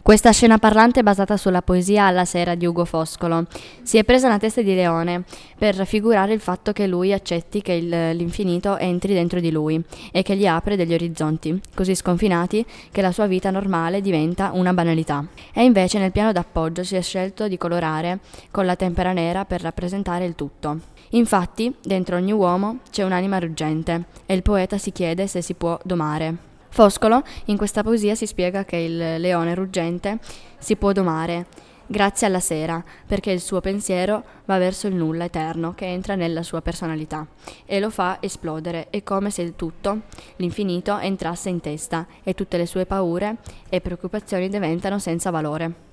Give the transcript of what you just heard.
Questa scena parlante è basata sulla poesia Alla sera di Ugo Foscolo. Si è presa una testa di leone per raffigurare il fatto che lui accetti che l'infinito entri dentro di lui e che gli apre degli orizzonti, così sconfinati che la sua vita normale diventa una banalità. E invece nel piano d'appoggio si è scelto di colorare con la tempera nera per rappresentare il tutto. Infatti, dentro ogni uomo c'è un'anima ruggente e il poeta si chiede se si può domare. Foscolo, in questa poesia, si spiega che il leone ruggente si può domare grazie alla sera, perché il suo pensiero va verso il nulla eterno che entra nella sua personalità e lo fa esplodere. È come se il tutto, l'infinito, entrasse in testa e tutte le sue paure e preoccupazioni diventano senza valore.